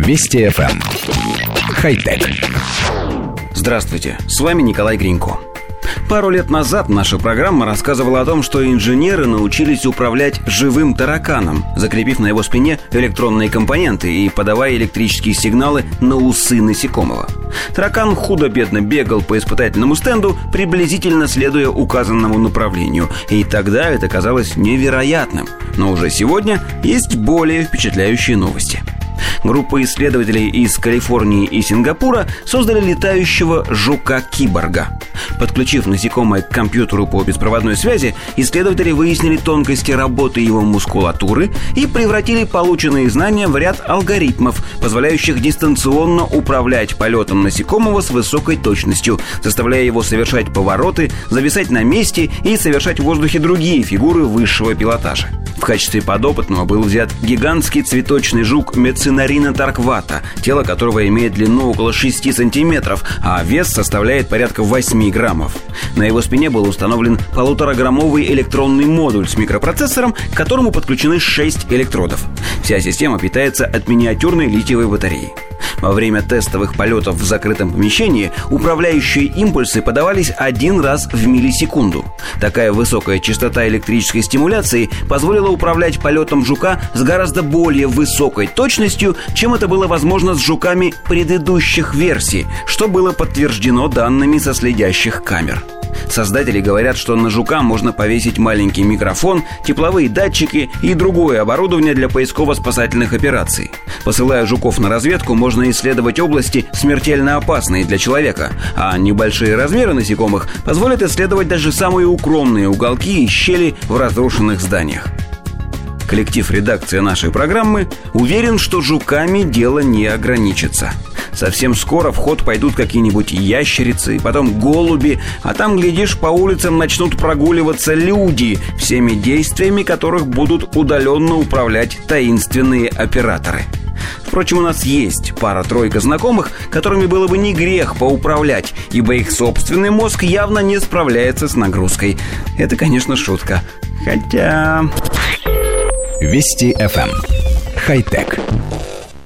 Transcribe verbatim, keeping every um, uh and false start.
Вести эф эм. Хай-тек. Здравствуйте, с вами Николай Гринько. Пару лет назад наша программа рассказывала о том, что инженеры научились управлять живым тараканом, закрепив на его спине электронные компоненты и подавая электрические сигналы на усы насекомого. Таракан худо-бедно бегал по испытательному стенду, приблизительно следуя указанному направлению. И тогда это казалось невероятным. Но уже сегодня есть более впечатляющие новости. Группа исследователей из Калифорнии и Сингапура создали летающего жука-киборга. Подключив насекомое к компьютеру по беспроводной связи, исследователи выяснили тонкости работы его мускулатуры и превратили полученные знания в ряд алгоритмов, позволяющих дистанционно управлять полетом насекомого с высокой точностью, заставляя его совершать повороты, зависать на месте и совершать в воздухе другие фигуры высшего пилотажа. В качестве подопытного был взят гигантский цветочный жук Меценарина торквата, тело которого имеет длину около шести сантиметров, а вес составляет порядка восемь граммов. На его спине был установлен полутораграммовый электронный модуль с микропроцессором, к которому подключены шесть электродов. Вся система питается от миниатюрной литиевой батареи. Во время тестовых полетов в закрытом помещении управляющие импульсы подавались один раз в миллисекунду. Такая высокая частота электрической стимуляции позволила управлять полетом жука с гораздо более высокой точностью, чем это было возможно с жуками предыдущих версий, что было подтверждено данными со следящих камер. Создатели говорят, что на жука можно повесить маленький микрофон, тепловые датчики и другое оборудование для поисково-спасательных операций. Посылая жуков на разведку, можно исследовать области, смертельно опасные для человека, а небольшие размеры насекомых позволят исследовать даже самые укромные уголки и щели в разрушенных зданиях. Коллектив редакции нашей программы уверен, что жуками дело не ограничится. Совсем скоро в ход пойдут какие-нибудь ящерицы, потом голуби, а там, глядишь, по улицам начнут прогуливаться люди, всеми действиями которых будут удаленно управлять таинственные операторы. Впрочем, у нас есть пара-тройка знакомых, которыми было бы не грех поуправлять, ибо их собственный мозг явно не справляется с нагрузкой. Это, конечно, шутка. Хотя... Вести эф эм. Хай-тек.